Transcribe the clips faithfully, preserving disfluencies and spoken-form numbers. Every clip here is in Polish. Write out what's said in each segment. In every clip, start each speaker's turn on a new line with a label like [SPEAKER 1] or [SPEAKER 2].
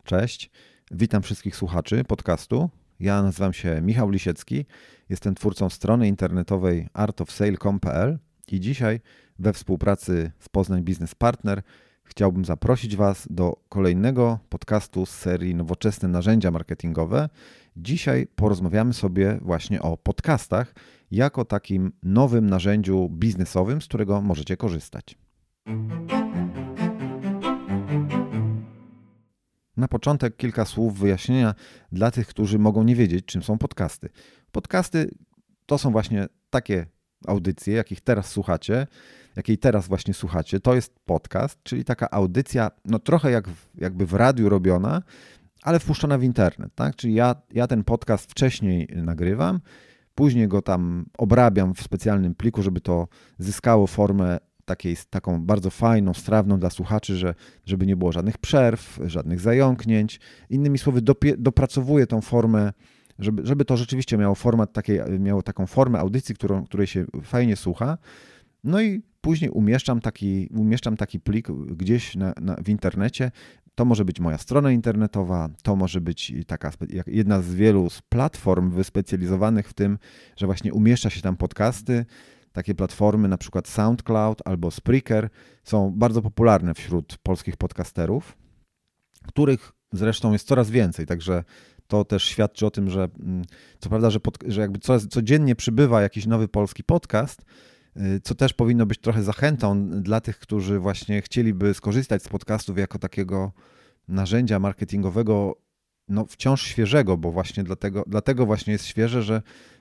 [SPEAKER 1] Cześć, witam wszystkich słuchaczy podcastu. Ja nazywam się Michał Lisiecki, jestem twórcą strony internetowej art of sale kropka com kropka p l i dzisiaj we współpracy z Poznań Business Partner chciałbym zaprosić Was do kolejnego podcastu z serii Nowoczesne narzędzia marketingowe. Dzisiaj porozmawiamy sobie właśnie o podcastach jako takim nowym narzędziu biznesowym, z którego możecie korzystać. Na początek kilka słów wyjaśnienia dla tych, którzy mogą nie wiedzieć, czym są podcasty. Podcasty to są właśnie takie audycje, jakich teraz słuchacie, jakiej teraz właśnie słuchacie. To jest podcast, czyli taka audycja, no trochę jak w, jakby w radiu robiona, ale wpuszczona w internet, tak? Czyli ja, ja ten podcast wcześniej nagrywam, później go tam obrabiam w specjalnym pliku, żeby to zyskało formę takiej, taką bardzo fajną, strawną dla słuchaczy, że, żeby nie było żadnych przerw, żadnych zająknięć. Innymi słowy, dopie, dopracowuję tą formę, żeby, żeby to rzeczywiście miało format takiej, miało taką formę audycji, którą, której się fajnie słucha. No i później umieszczam taki, umieszczam taki plik gdzieś na, na, w internecie. To może być moja strona internetowa, to może być taka jedna z wielu platform wyspecjalizowanych w tym, że właśnie umieszcza się tam podcasty. Takie platformy, na przykład SoundCloud albo Spreaker, są bardzo popularne wśród polskich podcasterów, których zresztą jest coraz więcej, także to też świadczy o tym, że co prawda, że, pod, że jakby coraz, codziennie przybywa jakiś nowy polski podcast, co też powinno być trochę zachętą dla tych, którzy właśnie chcieliby skorzystać z podcastów jako takiego narzędzia marketingowego, no wciąż świeżego, bo właśnie dlatego, dlatego właśnie jest świeże, że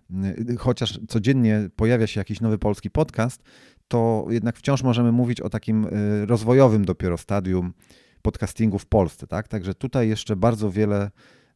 [SPEAKER 1] chociaż codziennie pojawia się jakiś nowy polski podcast, to jednak wciąż możemy mówić o takim rozwojowym dopiero stadium podcastingu w Polsce, tak? Także tutaj jeszcze bardzo wiele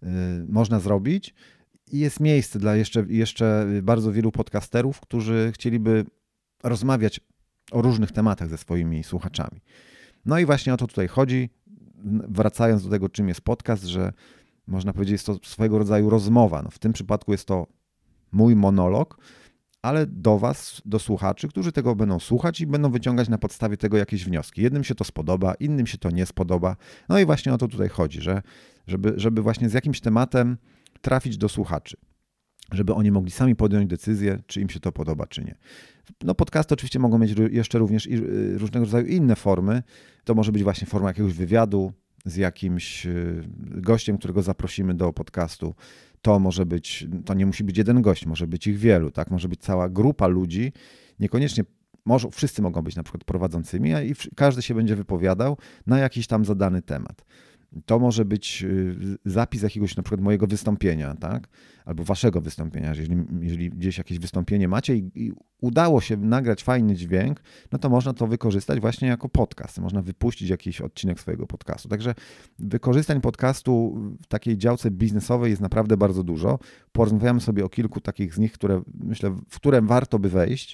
[SPEAKER 1] można zrobić i jest miejsce dla jeszcze, jeszcze bardzo wielu podcasterów, którzy chcieliby rozmawiać o różnych tematach ze swoimi słuchaczami. No i właśnie o to tutaj chodzi, wracając do tego, czym jest podcast, że można powiedzieć, jest to swojego rodzaju rozmowa. No w tym przypadku jest to mój monolog, ale do Was, do słuchaczy, którzy tego będą słuchać i będą wyciągać na podstawie tego jakieś wnioski. Jednym się to spodoba, innym się to nie spodoba. No i właśnie o to tutaj chodzi, że żeby, żeby właśnie z jakimś tematem trafić do słuchaczy, żeby oni mogli sami podjąć decyzję, czy im się to podoba, czy nie. No podcasty oczywiście mogą mieć jeszcze również i różnego rodzaju inne formy. To może być właśnie forma jakiegoś wywiadu z jakimś gościem, którego zaprosimy do podcastu. To może być, to nie musi być jeden gość, może być ich wielu, tak? Może być cała grupa ludzi, niekoniecznie, może, wszyscy mogą być na przykład prowadzącymi, a i każdy się będzie wypowiadał na jakiś tam zadany temat. To może być zapis jakiegoś na przykład mojego wystąpienia, tak? Albo waszego wystąpienia. Jeżeli, jeżeli gdzieś jakieś wystąpienie macie i, i udało się nagrać fajny dźwięk, no to można to wykorzystać właśnie jako podcast. Można wypuścić jakiś odcinek swojego podcastu. Także wykorzystań podcastu w takiej działce biznesowej jest naprawdę bardzo dużo. Porozmawiamy sobie o kilku takich z nich, które myślę, w które warto by wejść.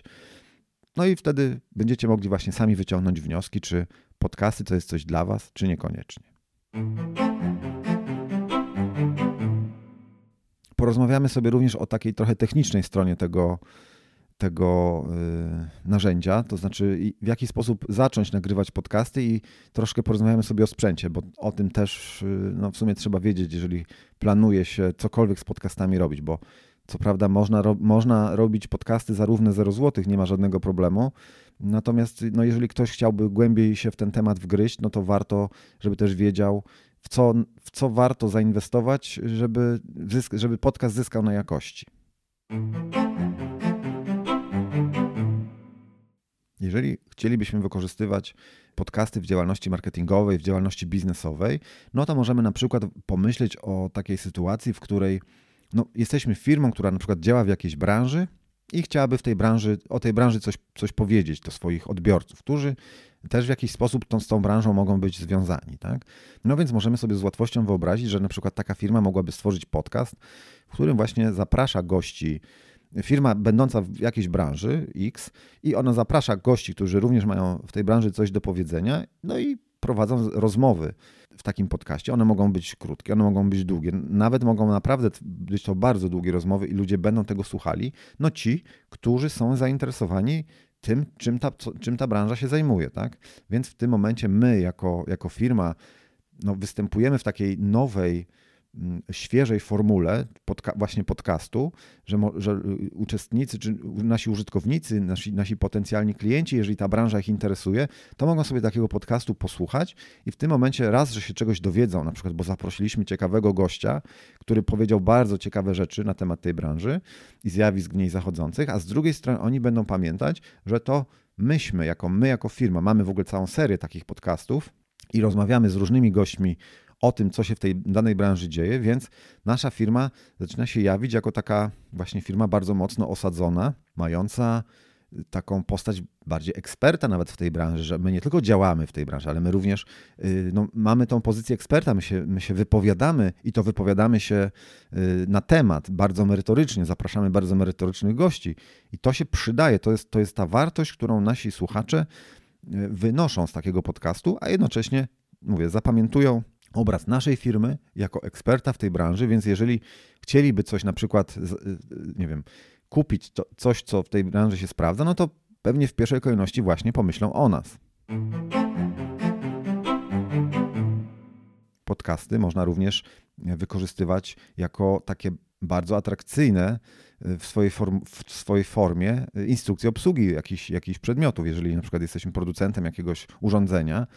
[SPEAKER 1] No i wtedy będziecie mogli właśnie sami wyciągnąć wnioski, czy podcasty to jest coś dla was, czy niekoniecznie. Porozmawiamy sobie również o takiej trochę technicznej stronie tego, tego yy, narzędzia, to znaczy w jaki sposób zacząć nagrywać podcasty i troszkę porozmawiamy sobie o sprzęcie, bo o tym też yy, no w sumie trzeba wiedzieć, jeżeli planuje się cokolwiek z podcastami robić, bo co prawda można, ro, można robić podcasty za równe zero złotych, nie ma żadnego problemu. Natomiast no jeżeli ktoś chciałby głębiej się w ten temat wgryźć, no to warto, żeby też wiedział, w co, w co warto zainwestować, żeby, zysk- żeby podcast zyskał na jakości. Jeżeli chcielibyśmy wykorzystywać podcasty w działalności marketingowej, w działalności biznesowej, no to możemy na przykład pomyśleć o takiej sytuacji, w której no, jesteśmy firmą, która na przykład działa w jakiejś branży i chciałaby w tej branży, o tej branży coś, coś powiedzieć do swoich odbiorców, którzy też w jakiś sposób tą, z tą branżą mogą być związani, tak? No więc możemy sobie z łatwością wyobrazić, że na przykład taka firma mogłaby stworzyć podcast, w którym właśnie zaprasza gości, firma będąca w jakiejś branży X i ona zaprasza gości, którzy również mają w tej branży coś do powiedzenia, no i prowadzą rozmowy w takim podcaście. One mogą być krótkie, one mogą być długie, nawet mogą naprawdę być to bardzo długie rozmowy i ludzie będą tego słuchali, no ci, którzy są zainteresowani tym, czym ta, czym ta branża się zajmuje, tak? Więc w tym momencie my jako, jako firma no, występujemy w takiej nowej, świeżej formule podca- właśnie podcastu, że, mo- że uczestnicy, czy nasi użytkownicy, nasi, nasi potencjalni klienci, jeżeli ta branża ich interesuje, to mogą sobie takiego podcastu posłuchać i w tym momencie raz, że się czegoś dowiedzą, na przykład, bo zaprosiliśmy ciekawego gościa, który powiedział bardzo ciekawe rzeczy na temat tej branży i zjawisk w niej zachodzących, a z drugiej strony oni będą pamiętać, że to myśmy, jako my, jako firma, mamy w ogóle całą serię takich podcastów i rozmawiamy z różnymi gośćmi o tym, co się w tej danej branży dzieje, więc nasza firma zaczyna się jawić jako taka właśnie firma bardzo mocno osadzona, mająca taką postać bardziej eksperta nawet w tej branży, że my nie tylko działamy w tej branży, ale my również no, mamy tą pozycję eksperta, my się, my się wypowiadamy i to wypowiadamy się na temat bardzo merytorycznie, zapraszamy bardzo merytorycznych gości i to się przydaje, to jest, to jest ta wartość, którą nasi słuchacze wynoszą z takiego podcastu, a jednocześnie, mówię, zapamiętują obraz naszej firmy jako eksperta w tej branży, więc jeżeli chcieliby coś na przykład, nie wiem, kupić to, coś, co w tej branży się sprawdza, no to pewnie w pierwszej kolejności właśnie pomyślą o nas. Podcasty można również wykorzystywać jako takie bardzo atrakcyjne w swojej, form, w swojej formie instrukcje obsługi jakichś, jakichś przedmiotów. Jeżeli na przykład jesteśmy producentem jakiegoś urządzenia,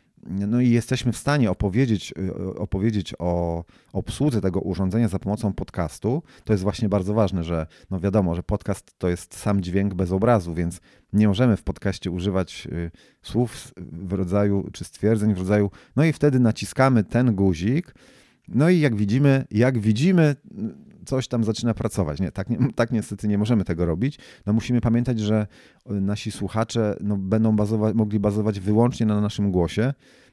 [SPEAKER 1] no i jesteśmy w stanie opowiedzieć, opowiedzieć o obsłudze tego urządzenia za pomocą podcastu, to jest właśnie bardzo ważne, że no wiadomo, że podcast to jest sam dźwięk bez obrazu, więc nie możemy w podcaście używać słów w rodzaju, czy stwierdzeń w rodzaju, no i wtedy naciskamy ten guzik, no i jak widzimy, jak widzimy, coś tam zaczyna pracować. Nie, tak, nie, tak niestety nie możemy tego robić. No musimy pamiętać, że nasi słuchacze no, będą bazować, mogli bazować wyłącznie na naszym głosie,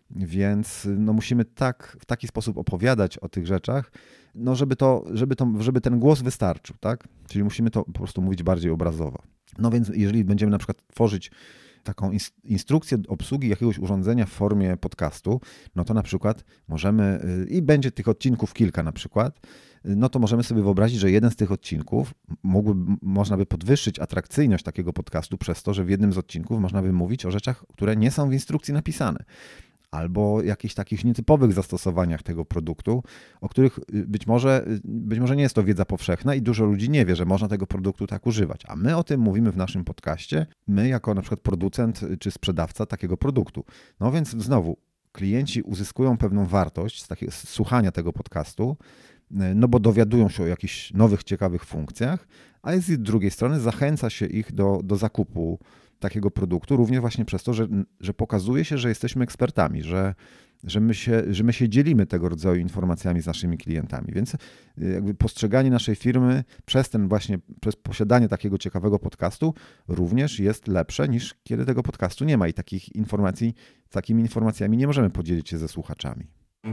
[SPEAKER 1] więc no, musimy tak, w taki sposób opowiadać o tych rzeczach, no, żeby, to, żeby, to, żeby ten głos wystarczył, tak? Czyli musimy to po prostu mówić bardziej obrazowo. No więc jeżeli będziemy na przykład tworzyć taką instrukcję obsługi jakiegoś urządzenia w formie podcastu, no to na przykład możemy, i będzie tych odcinków kilka na przykład, no to możemy sobie wyobrazić, że jeden z tych odcinków mógłby, można by podwyższyć atrakcyjność takiego podcastu przez to, że w jednym z odcinków można by mówić o rzeczach, które nie są w instrukcji napisane. Albo jakichś takich nietypowych zastosowaniach tego produktu, o których być może, być może nie jest to wiedza powszechna i dużo ludzi nie wie, że można tego produktu tak używać. A my o tym mówimy w naszym podcaście, my jako na przykład producent czy sprzedawca takiego produktu. No więc znowu, klienci uzyskują pewną wartość z, takiego, z słuchania tego podcastu, no bo dowiadują się o jakichś nowych, ciekawych funkcjach, a z drugiej strony zachęca się ich do, do zakupu takiego produktu, również właśnie przez to, że, że pokazuje się, że jesteśmy ekspertami, że, że, my się, że my się dzielimy tego rodzaju informacjami z naszymi klientami. Więc jakby postrzeganie naszej firmy przez ten właśnie, przez posiadanie takiego ciekawego podcastu również jest lepsze niż kiedy tego podcastu nie ma i takich informacji, takimi informacjami nie możemy podzielić się ze słuchaczami.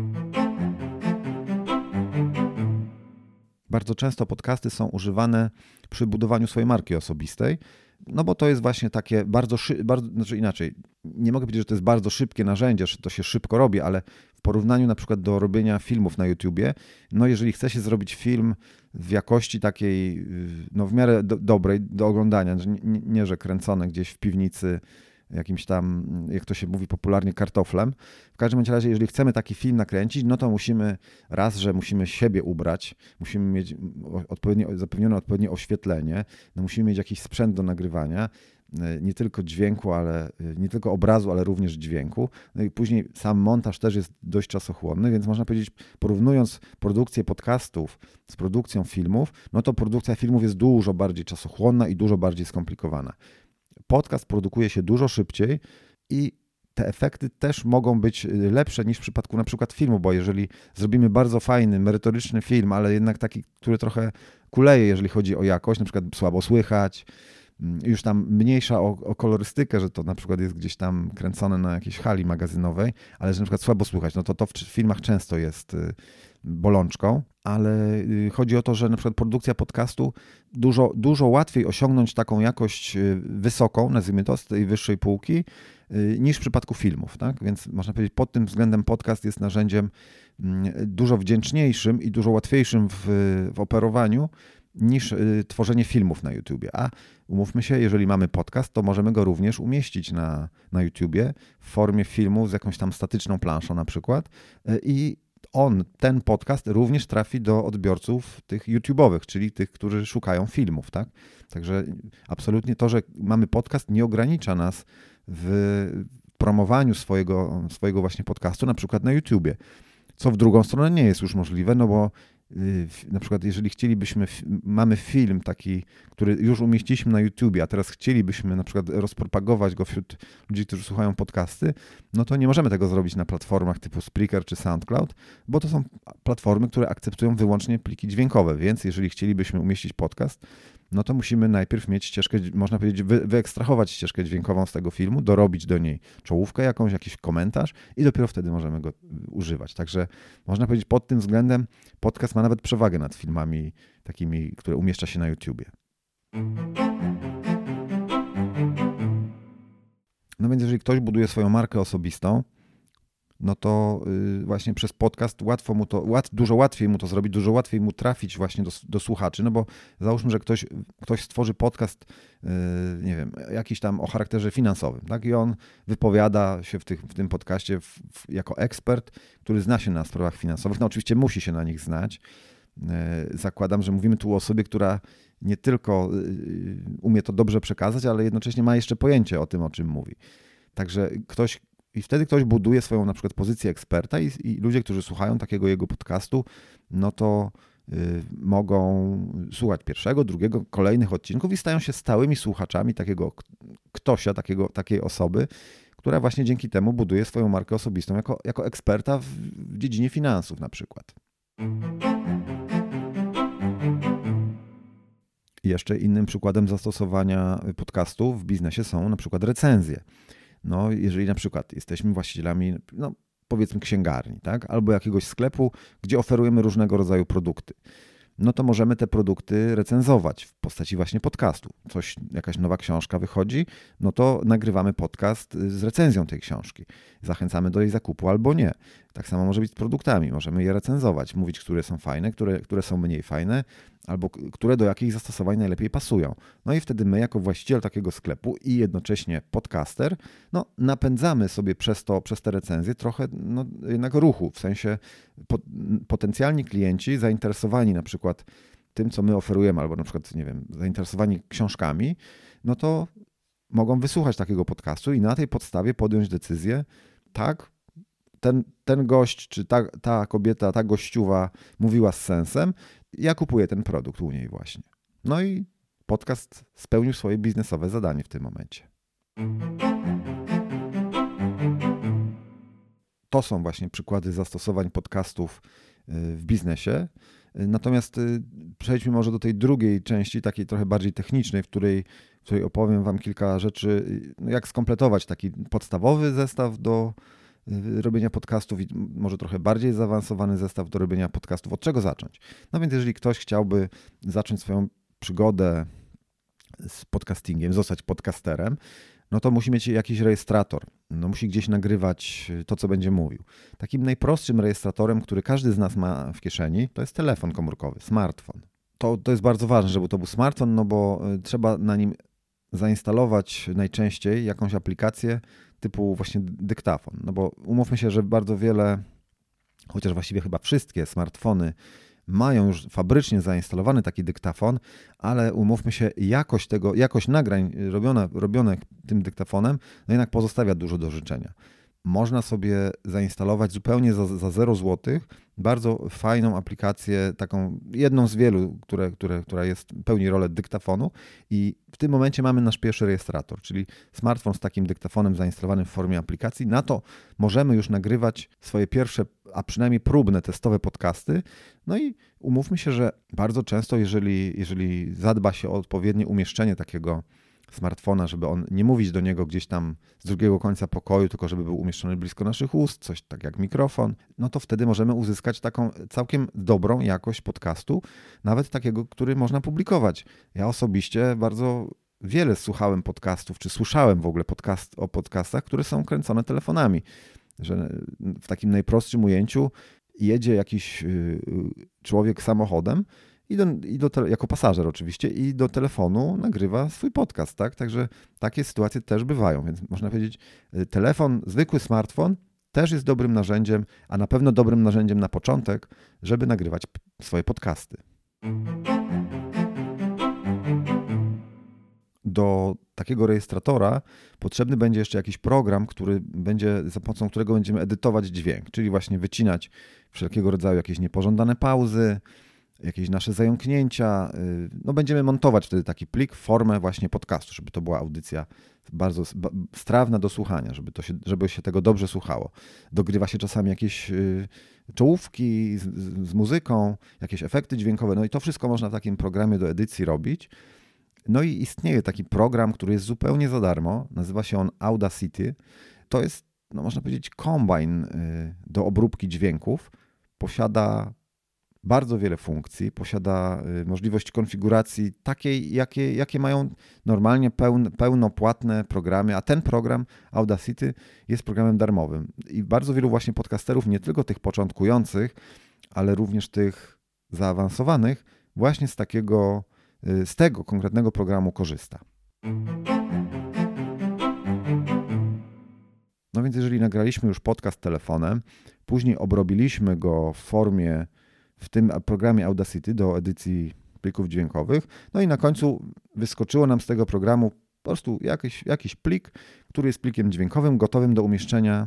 [SPEAKER 1] Bardzo często podcasty są używane przy budowaniu swojej marki osobistej, no bo to jest właśnie takie bardzo, szy- bardzo, znaczy inaczej, nie mogę powiedzieć, że to jest bardzo szybkie narzędzie, że to się szybko robi, ale w porównaniu na przykład do robienia filmów na YouTubie, no jeżeli chce się zrobić film w jakości takiej, no w miarę do, dobrej do oglądania, nie, nie, że kręcone gdzieś w piwnicy jakimś tam, jak to się mówi popularnie, kartoflem. W każdym razie, jeżeli chcemy taki film nakręcić, no to musimy raz, że musimy siebie ubrać, musimy mieć odpowiednie, zapewnione odpowiednie oświetlenie, no musimy mieć jakiś sprzęt do nagrywania, nie tylko dźwięku, ale nie tylko obrazu, ale również dźwięku. No i później sam montaż też jest dość czasochłonny, więc można powiedzieć, porównując produkcję podcastów z produkcją filmów, no to produkcja filmów jest dużo bardziej czasochłonna i dużo bardziej skomplikowana. Podcast produkuje się dużo szybciej i te efekty też mogą być lepsze niż w przypadku na przykład filmu, bo jeżeli zrobimy bardzo fajny, merytoryczny film, ale jednak taki, który trochę kuleje, jeżeli chodzi o jakość, na przykład słabo słychać, już tam mniejsza o, o kolorystykę, że to na przykład jest gdzieś tam kręcone na jakiejś hali magazynowej, ale że na przykład słabo słychać, no to to w filmach często jest bolączką, ale chodzi o to, że na przykład produkcja podcastu dużo, dużo łatwiej osiągnąć taką jakość wysoką, nazwijmy to, z tej wyższej półki, niż w przypadku filmów, tak? Więc można powiedzieć, pod tym względem podcast jest narzędziem dużo wdzięczniejszym i dużo łatwiejszym w, w operowaniu niż y, tworzenie filmów na YouTubie. A umówmy się, jeżeli mamy podcast, to możemy go również umieścić na, na YouTubie w formie filmu z jakąś tam statyczną planszą na przykład y, i on, ten podcast również trafi do odbiorców tych YouTube'owych, czyli tych, którzy szukają filmów, tak? Także absolutnie to, że mamy podcast, nie ogranicza nas w promowaniu swojego, swojego właśnie podcastu, na przykład na YouTubie. Co w drugą stronę nie jest już możliwe, no bo na przykład jeżeli chcielibyśmy, mamy film taki, który już umieściliśmy na YouTubie, a teraz chcielibyśmy na przykład rozpropagować go wśród ludzi, którzy słuchają podcasty, no to nie możemy tego zrobić na platformach typu Spreaker czy SoundCloud, bo to są platformy, które akceptują wyłącznie pliki dźwiękowe, więc jeżeli chcielibyśmy umieścić podcast, no to musimy najpierw mieć ścieżkę, można powiedzieć, wy, wyekstrahować ścieżkę dźwiękową z tego filmu, dorobić do niej czołówkę jakąś, jakiś komentarz i dopiero wtedy możemy go używać. Także można powiedzieć, pod tym względem podcast ma nawet przewagę nad filmami takimi, które umieszcza się na YouTubie. No więc jeżeli ktoś buduje swoją markę osobistą, no to właśnie przez podcast łatwo mu to, łat, dużo łatwiej mu to zrobić, dużo łatwiej mu trafić właśnie do, do słuchaczy, no bo załóżmy, że ktoś, ktoś stworzy podcast, nie wiem, jakiś tam o charakterze finansowym, tak? I on wypowiada się w, tych, w tym podcaście w, w, jako ekspert, który zna się na sprawach finansowych. No oczywiście musi się na nich znać. Zakładam, że mówimy tu o osobie, która nie tylko umie to dobrze przekazać, ale jednocześnie ma jeszcze pojęcie o tym, o czym mówi. Także ktoś I wtedy ktoś buduje swoją na przykład pozycję eksperta i, i ludzie, którzy słuchają takiego jego podcastu, no to y, mogą słuchać pierwszego, drugiego, kolejnych odcinków i stają się stałymi słuchaczami takiego ktośa, takiego, takiej osoby, która właśnie dzięki temu buduje swoją markę osobistą jako, jako eksperta w, w dziedzinie finansów na przykład. I jeszcze innym przykładem zastosowania podcastu w biznesie są na przykład recenzje. No, jeżeli na przykład jesteśmy właścicielami, no, powiedzmy księgarni, tak? Albo jakiegoś sklepu, gdzie oferujemy różnego rodzaju produkty, no to możemy te produkty recenzować w postaci właśnie podcastu. Coś, jakaś nowa książka wychodzi, no to nagrywamy podcast z recenzją tej książki. Zachęcamy do jej zakupu albo nie. Tak samo może być z produktami. Możemy je recenzować, mówić, które są fajne, które, które są mniej fajne, albo które do jakich zastosowań najlepiej pasują. No i wtedy my jako właściciel takiego sklepu i jednocześnie podcaster, no napędzamy sobie przez to, przez te recenzje trochę no, jednak ruchu, w sensie po, potencjalni klienci zainteresowani na przykład tym, co my oferujemy, albo na przykład, nie wiem, zainteresowani książkami, no to mogą wysłuchać takiego podcastu i na tej podstawie podjąć decyzję, tak, ten, ten gość, czy ta, ta kobieta, ta gościuwa mówiła z sensem, ja kupuję ten produkt u niej właśnie. No i podcast spełnił swoje biznesowe zadanie w tym momencie. To są właśnie przykłady zastosowań podcastów w biznesie. Natomiast przejdźmy może do tej drugiej części, takiej trochę bardziej technicznej, w której, w której opowiem Wam kilka rzeczy, jak skompletować taki podstawowy zestaw do robienia podcastów i może trochę bardziej zaawansowany zestaw do robienia podcastów. Od czego zacząć? No więc jeżeli ktoś chciałby zacząć swoją przygodę z podcastingiem, zostać podcasterem, no to musi mieć jakiś rejestrator. No musi gdzieś nagrywać to, co będzie mówił. Takim najprostszym rejestratorem, który każdy z nas ma w kieszeni, to jest telefon komórkowy, smartfon. To, to jest bardzo ważne, żeby to był smartfon, no bo trzeba na nim zainstalować najczęściej jakąś aplikację typu właśnie dyktafon. No bo umówmy się, że bardzo wiele, chociaż właściwie chyba wszystkie smartfony mają już fabrycznie zainstalowany taki dyktafon, ale umówmy się, jakość tego, jakość nagrań robione, robione tym dyktafonem, no jednak pozostawia dużo do życzenia. Można sobie zainstalować zupełnie za, za zero złotych bardzo fajną aplikację, taką jedną z wielu, które, które, która jest, pełni rolę dyktafonu i w tym momencie mamy nasz pierwszy rejestrator, czyli smartfon z takim dyktafonem zainstalowanym w formie aplikacji. Na to możemy już nagrywać swoje pierwsze, a przynajmniej próbne, testowe podcasty. No i umówmy się, że bardzo często, jeżeli, jeżeli zadba się o odpowiednie umieszczenie takiego smartfona, żeby on nie mówić do niego gdzieś tam z drugiego końca pokoju, tylko żeby był umieszczony blisko naszych ust, coś tak jak mikrofon, no to wtedy możemy uzyskać taką całkiem dobrą jakość podcastu, nawet takiego, który można publikować. Ja osobiście bardzo wiele słuchałem podcastów, czy słyszałem w ogóle podcast, o podcastach, które są kręcone telefonami, że w takim najprostszym ujęciu jedzie jakiś człowiek samochodem i, do, i do tele, jako pasażer oczywiście i do telefonu nagrywa swój podcast, tak? Także takie sytuacje też bywają, więc można powiedzieć, telefon, zwykły smartfon też jest dobrym narzędziem, a na pewno dobrym narzędziem na początek, żeby nagrywać swoje podcasty. Do takiego rejestratora potrzebny będzie jeszcze jakiś program, który będzie, za pomocą którego będziemy edytować dźwięk, czyli właśnie wycinać wszelkiego rodzaju jakieś niepożądane pauzy, jakieś nasze zająknięcia. No będziemy montować wtedy taki plik w formę właśnie podcastu, żeby to była audycja bardzo strawna do słuchania, żeby, to się, żeby się tego dobrze słuchało. Dogrywa się czasami jakieś czołówki z, z muzyką, jakieś efekty dźwiękowe, no i to wszystko można w takim programie do edycji robić. No i istnieje taki program, który jest zupełnie za darmo, nazywa się on Audacity. To jest, no można powiedzieć, kombajn do obróbki dźwięków. Posiada bardzo wiele funkcji, posiada możliwość konfiguracji takiej, jakie, jakie mają normalnie pełn, pełnopłatne programy, a ten program Audacity jest programem darmowym. I bardzo wielu właśnie podcasterów, nie tylko tych początkujących, ale również tych zaawansowanych, właśnie z takiego, z tego konkretnego programu korzysta. No więc jeżeli nagraliśmy już podcast telefonem, później obrobiliśmy go w formie, w tym programie Audacity do edycji plików dźwiękowych, no i na końcu wyskoczyło nam z tego programu po prostu jakiś, jakiś plik, który jest plikiem dźwiękowym, gotowym do umieszczenia,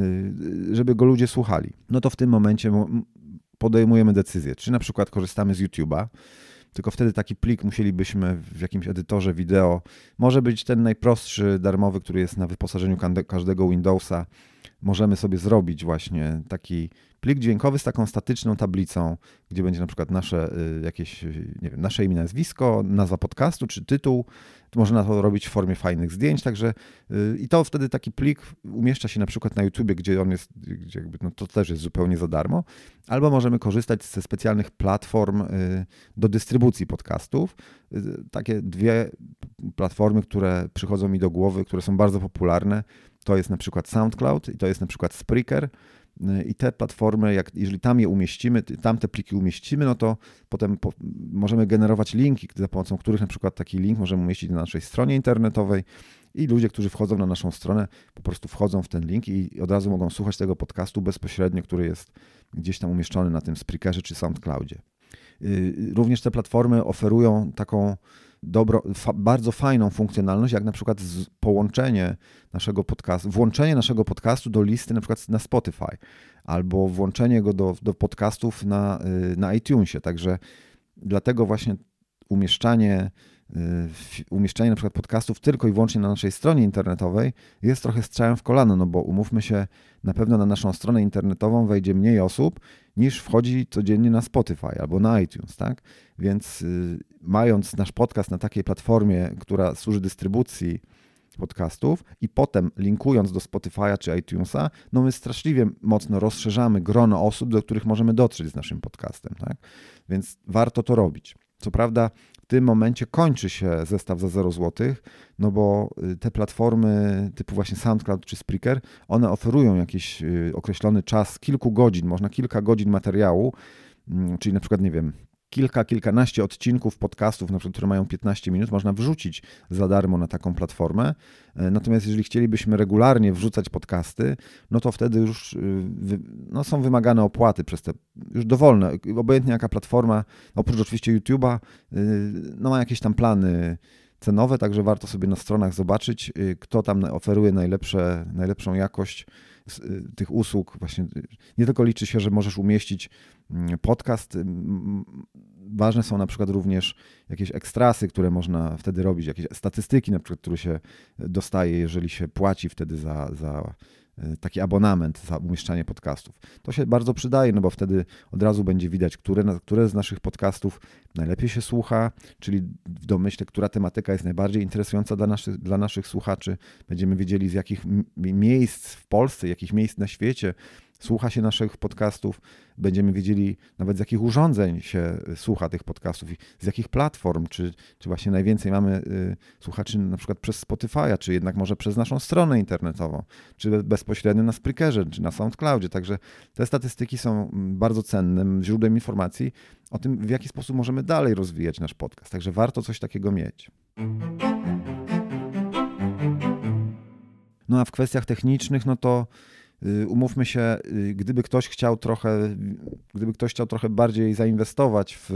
[SPEAKER 1] żeby go ludzie słuchali. No to w tym momencie podejmujemy decyzję, czy na przykład korzystamy z YouTube'a, tylko wtedy taki plik musielibyśmy w jakimś edytorze wideo, może być ten najprostszy, darmowy, który jest na wyposażeniu każdego Windowsa, możemy sobie zrobić właśnie taki plik dźwiękowy z taką statyczną tablicą, gdzie będzie na przykład nasze jakieś, nie wiem, nasze imię, nazwisko, nazwa podcastu czy tytuł. Można to robić w formie fajnych zdjęć, także i to wtedy taki plik umieszcza się na przykład na YouTubie, gdzie on jest, gdzie jakby, no to też jest zupełnie za darmo, albo możemy korzystać ze specjalnych platform do dystrybucji podcastów. Takie dwie platformy, które przychodzą mi do głowy, które są bardzo popularne, to jest na przykład SoundCloud i to jest na przykład Spreaker. I te platformy, jak, jeżeli tam je umieścimy, tam te pliki umieścimy, no to potem po, możemy generować linki, za pomocą których na przykład taki link możemy umieścić na naszej stronie internetowej i ludzie, którzy wchodzą na naszą stronę, po prostu wchodzą w ten link i od razu mogą słuchać tego podcastu bezpośrednio, który jest gdzieś tam umieszczony na tym Spreakerze czy SoundCloudzie. Również te platformy oferują taką dobro, fa, bardzo fajną funkcjonalność, jak na przykład z, połączenie naszego podcastu, włączenie naszego podcastu do listy na przykład na Spotify, albo włączenie go do, do podcastów na, na iTunesie. Także dlatego właśnie umieszczanie, umieszczanie na przykład podcastów tylko i wyłącznie na naszej stronie internetowej jest trochę strzałem w kolano, no bo umówmy się, na pewno na naszą stronę internetową wejdzie mniej osób niż wchodzi codziennie na Spotify albo na iTunes, tak? Więc y, mając nasz podcast na takiej platformie, która służy dystrybucji podcastów i potem linkując do Spotify'a czy iTunesa, no my straszliwie mocno rozszerzamy grono osób, do których możemy dotrzeć z naszym podcastem, tak? Więc warto to robić. Co prawda w tym momencie kończy się zestaw za zero złotych, no bo te platformy typu właśnie SoundCloud czy Spreaker, one oferują jakiś określony czas, kilku godzin, można kilka godzin materiału, czyli na przykład, nie wiem, kilka, kilkanaście odcinków podcastów, na przykład, które mają piętnaście minut, można wrzucić za darmo na taką platformę. Natomiast jeżeli chcielibyśmy regularnie wrzucać podcasty, no to wtedy już no, są wymagane opłaty przez te już dowolne, obojętnie jaka platforma, oprócz oczywiście YouTube'a, no ma jakieś tam plany cenowe, także warto sobie na stronach zobaczyć, kto tam oferuje najlepsze, najlepszą jakość tych usług. Właśnie nie tylko liczy się, że możesz umieścić podcast, ważne są na przykład również jakieś ekstrasy, które można wtedy robić, jakieś statystyki na przykład, które się dostaje, jeżeli się płaci wtedy za, za taki abonament, za umieszczanie podcastów. To się bardzo przydaje, no bo wtedy od razu będzie widać, które, które z naszych podcastów najlepiej się słucha, czyli w domyśle, która tematyka jest najbardziej interesująca dla naszych, dla naszych słuchaczy. Będziemy wiedzieli, z jakich miejsc w Polsce, jakich miejsc na świecie słucha się naszych podcastów, będziemy wiedzieli nawet z jakich urządzeń się słucha tych podcastów i z jakich platform, czy, czy właśnie najwięcej mamy y, słuchaczy na przykład przez Spotify'a, czy jednak może przez naszą stronę internetową, czy bezpośrednio na Spreakerze, czy na SoundCloudzie. Także te statystyki są bardzo cennym źródłem informacji o tym, w jaki sposób możemy dalej rozwijać nasz podcast. Także warto coś takiego mieć. No a w kwestiach technicznych, no to umówmy się, gdyby ktoś chciał trochę, gdyby ktoś chciał trochę bardziej zainwestować w,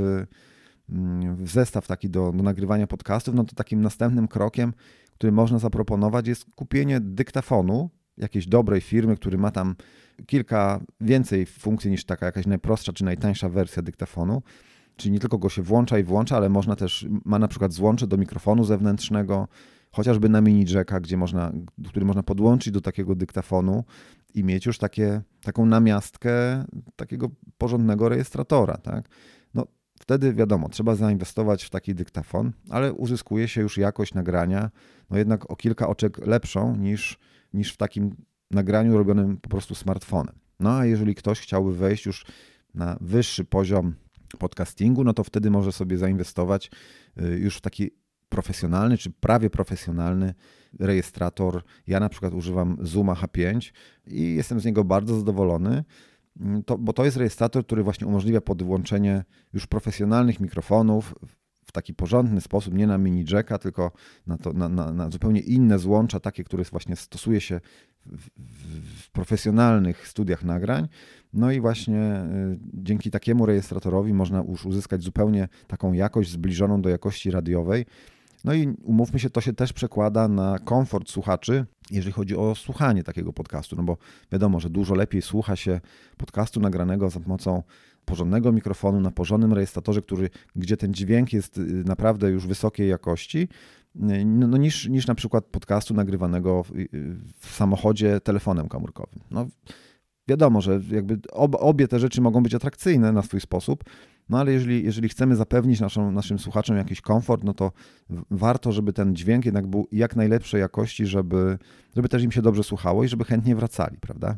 [SPEAKER 1] w zestaw taki do, do nagrywania podcastów, no to takim następnym krokiem, który można zaproponować, jest kupienie dyktafonu jakiejś dobrej firmy, który ma tam kilka więcej funkcji niż taka jakaś najprostsza czy najtańsza wersja dyktafonu. Czyli nie tylko go się włącza i włącza, ale można też, ma na przykład złącze do mikrofonu zewnętrznego, chociażby na mini jacka, gdzie można, który można podłączyć do takiego dyktafonu i mieć już takie, taką namiastkę takiego porządnego rejestratora. Tak? No, wtedy wiadomo, trzeba zainwestować w taki dyktafon, ale uzyskuje się już jakość nagrania, no jednak o kilka oczek lepszą niż, niż w takim nagraniu robionym po prostu smartfonem. No a jeżeli ktoś chciałby wejść już na wyższy poziom podcastingu, no to wtedy może sobie zainwestować już w taki profesjonalny, czy prawie profesjonalny rejestrator. Ja na przykład używam Zooma H pięć i jestem z niego bardzo zadowolony, to, bo to jest rejestrator, który właśnie umożliwia podłączenie już profesjonalnych mikrofonów w taki porządny sposób, nie na mini jacka, tylko na, to, na, na, na zupełnie inne złącza, takie, które właśnie stosuje się w, w, w profesjonalnych studiach nagrań. No i właśnie y, dzięki takiemu registratorowi można już uzyskać zupełnie taką jakość zbliżoną do jakości radiowej. No i umówmy się, to się też przekłada na komfort słuchaczy, jeżeli chodzi o słuchanie takiego podcastu, no bo wiadomo, że dużo lepiej słucha się podcastu nagranego za pomocą porządnego mikrofonu na porządnym rejestratorze, który, gdzie ten dźwięk jest naprawdę już wysokiej jakości, no, no niż, niż na przykład podcastu nagrywanego w, w samochodzie telefonem komórkowym. No, wiadomo, że jakby ob, obie te rzeczy mogą być atrakcyjne na swój sposób, no ale jeżeli, jeżeli chcemy zapewnić naszą, naszym słuchaczom jakiś komfort, no to warto, żeby ten dźwięk jednak był jak najlepszej jakości, żeby, żeby też im się dobrze słuchało i żeby chętnie wracali, prawda?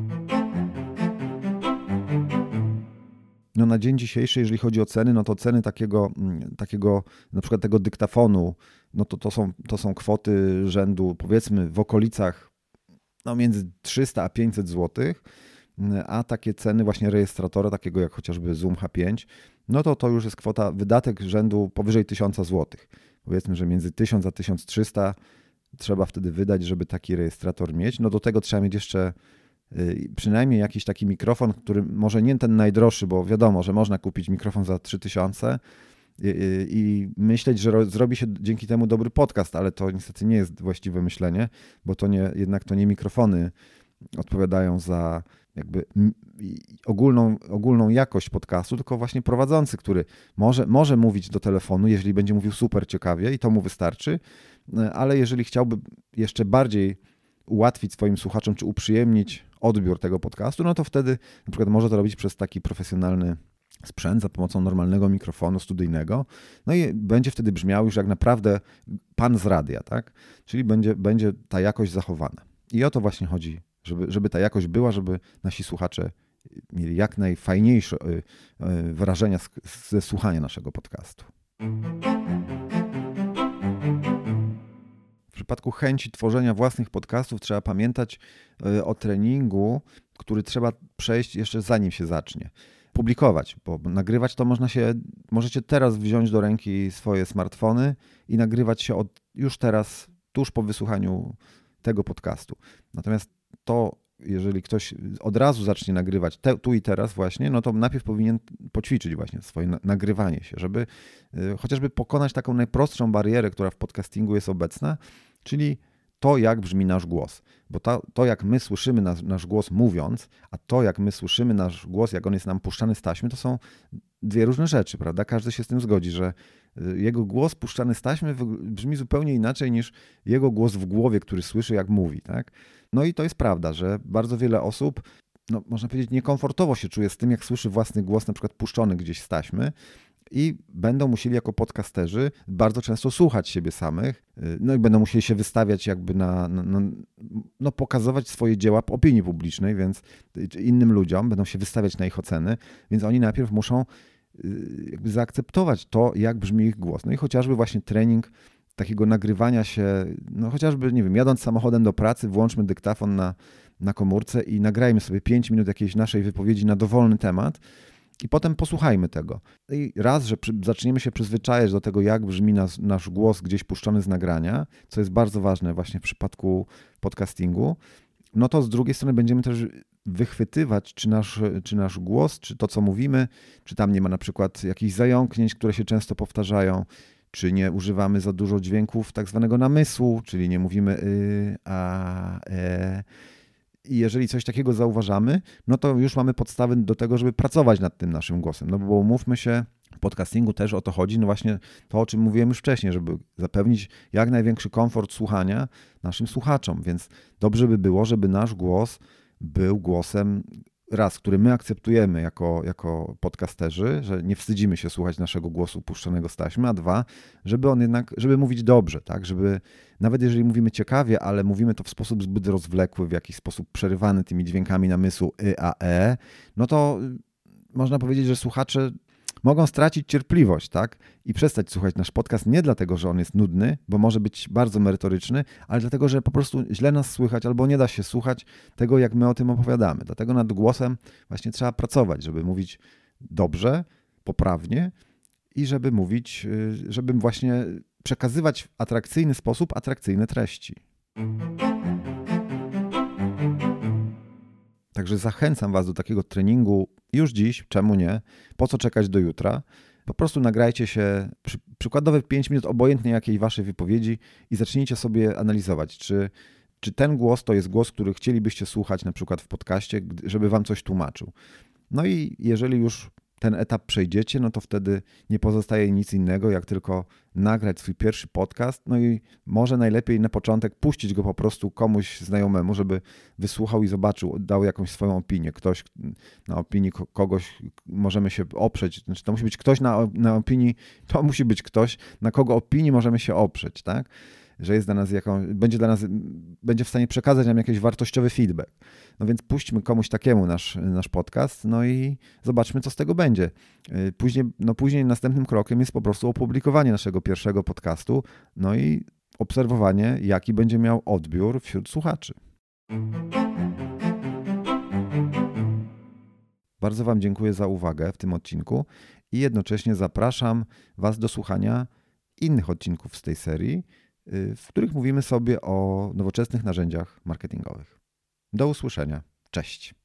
[SPEAKER 1] No na dzień dzisiejszy, jeżeli chodzi o ceny, no to ceny takiego, takiego na przykład tego dyktafonu, no to to są, to są kwoty rzędu powiedzmy w okolicach no między trzysta a pięćset złotych, a takie ceny właśnie rejestratora, takiego jak chociażby Zoom H pięć, no to to już jest kwota, wydatek rzędu powyżej tysiąc złotych. Powiedzmy, że między tysiąc a tysiąc trzysta trzeba wtedy wydać, żeby taki rejestrator mieć. No do tego trzeba mieć jeszcze przynajmniej jakiś taki mikrofon, który może nie ten najdroższy, bo wiadomo, że można kupić mikrofon za trzy tysiące i, i myśleć, że zrobi się dzięki temu dobry podcast, ale to niestety nie jest właściwe myślenie, bo to nie, jednak to nie mikrofony odpowiadają za jakby ogólną, ogólną jakość podcastu, tylko właśnie prowadzący, który może, może mówić do telefonu, jeżeli będzie mówił super ciekawie i to mu wystarczy, ale jeżeli chciałby jeszcze bardziej ułatwić swoim słuchaczom, czy uprzyjemnić odbiór tego podcastu, no to wtedy na przykład może to robić przez taki profesjonalny sprzęt za pomocą normalnego mikrofonu studyjnego, no i będzie wtedy brzmiał już jak naprawdę pan z radia, tak? Czyli będzie, będzie ta jakość zachowana. I o to właśnie chodzi, żeby, żeby ta jakość była, żeby nasi słuchacze mieli jak najfajniejsze wrażenia ze słuchania naszego podcastu. W przypadku chęci tworzenia własnych podcastów trzeba pamiętać o treningu, który trzeba przejść jeszcze zanim się zacznie. Publikować, bo nagrywać to można się, możecie teraz wziąć do ręki swoje smartfony i nagrywać się od, już teraz, tuż po wysłuchaniu tego podcastu. Natomiast to, jeżeli ktoś od razu zacznie nagrywać te, tu i teraz właśnie, no to najpierw powinien poćwiczyć właśnie swoje na, nagrywanie się, żeby y, chociażby pokonać taką najprostszą barierę, która w podcastingu jest obecna, czyli to, jak brzmi nasz głos. Bo to, to jak my słyszymy nasz, nasz głos mówiąc, a to, jak my słyszymy nasz głos, jak on jest nam puszczany z taśmy, to są dwie różne rzeczy, prawda? Każdy się z tym zgodzi, że jego głos puszczany z taśmy brzmi zupełnie inaczej niż jego głos w głowie, który słyszy, jak mówi, tak? No i to jest prawda, że bardzo wiele osób, no można powiedzieć, niekomfortowo się czuje z tym, jak słyszy własny głos, na przykład puszczony gdzieś z taśmy. i będą musieli jako podcasterzy bardzo często słuchać siebie samych, no i będą musieli się wystawiać jakby na, no, no pokazywać swoje dzieła opinii publicznej, więc innym ludziom będą się wystawiać na ich oceny, więc oni najpierw muszą jakby zaakceptować to, jak brzmi ich głos. No i chociażby właśnie trening takiego nagrywania się, no chociażby, nie wiem, jadąc samochodem do pracy, włączmy dyktafon na, na komórce i nagrajmy sobie pięć minut jakiejś naszej wypowiedzi na dowolny temat i potem posłuchajmy tego. I raz, że przy, zaczniemy się przyzwyczajać do tego, jak brzmi nas, nasz głos gdzieś puszczony z nagrania, co jest bardzo ważne właśnie w przypadku podcastingu, no to z drugiej strony będziemy też wychwytywać, czy nasz, czy nasz głos, czy to, co mówimy, czy tam nie ma na przykład jakichś zająknięć, które się często powtarzają, czy nie używamy za dużo dźwięków tak zwanego namysłu, czyli nie mówimy y, a, e. I jeżeli coś takiego zauważamy, no to już mamy podstawy do tego, żeby pracować nad tym naszym głosem. No bo umówmy się, w podcastingu też o to chodzi, no właśnie to, o czym mówiłem już wcześniej, żeby zapewnić jak największy komfort słuchania naszym słuchaczom, więc dobrze by było, żeby nasz głos był głosem, raz, który my akceptujemy jako, jako podcasterzy, że nie wstydzimy się słuchać naszego głosu puszczonego z taśmy, a dwa, żeby on jednak, żeby mówić dobrze, tak, żeby nawet jeżeli mówimy ciekawie, ale mówimy to w sposób zbyt rozwlekły, w jakiś sposób przerywany tymi dźwiękami namysłu y, a, e, no to można powiedzieć, że słuchacze mogą stracić cierpliwość, tak? I przestać słuchać nasz podcast nie dlatego, że on jest nudny, bo może być bardzo merytoryczny, ale dlatego, że po prostu źle nas słychać albo nie da się słuchać tego, jak my o tym opowiadamy. Dlatego nad głosem właśnie trzeba pracować, żeby mówić dobrze, poprawnie i żeby mówić, żeby właśnie przekazywać w atrakcyjny sposób atrakcyjne treści. Także zachęcam Was do takiego treningu już dziś, czemu nie, po co czekać do jutra. Po prostu nagrajcie się przy, przykładowe pięć minut obojętnie jakiej Waszej wypowiedzi i zacznijcie sobie analizować, czy, czy ten głos to jest głos, który chcielibyście słuchać na przykład w podcaście, żeby Wam coś tłumaczył. No i jeżeli już ten etap przejdziecie, no to wtedy nie pozostaje nic innego, jak tylko nagrać swój pierwszy podcast, no i może najlepiej na początek puścić go po prostu komuś znajomemu, żeby wysłuchał i zobaczył, dał jakąś swoją opinię. Ktoś, na opinii kogoś możemy się oprzeć, znaczy to musi być ktoś na, na opinii, to musi być ktoś, na kogo opinii możemy się oprzeć, tak? Że jest dla nas jaką, będzie dla nas, będzie w stanie przekazać nam jakiś wartościowy feedback. No więc puśćmy komuś takiemu nasz, nasz podcast, no i zobaczmy, co z tego będzie. Później, no później następnym krokiem jest po prostu opublikowanie naszego pierwszego podcastu, no i obserwowanie, jaki będzie miał odbiór wśród słuchaczy. Bardzo Wam dziękuję za uwagę w tym odcinku i jednocześnie zapraszam Was do słuchania innych odcinków z tej serii, w których mówimy sobie o nowoczesnych narzędziach marketingowych. Do usłyszenia. Cześć.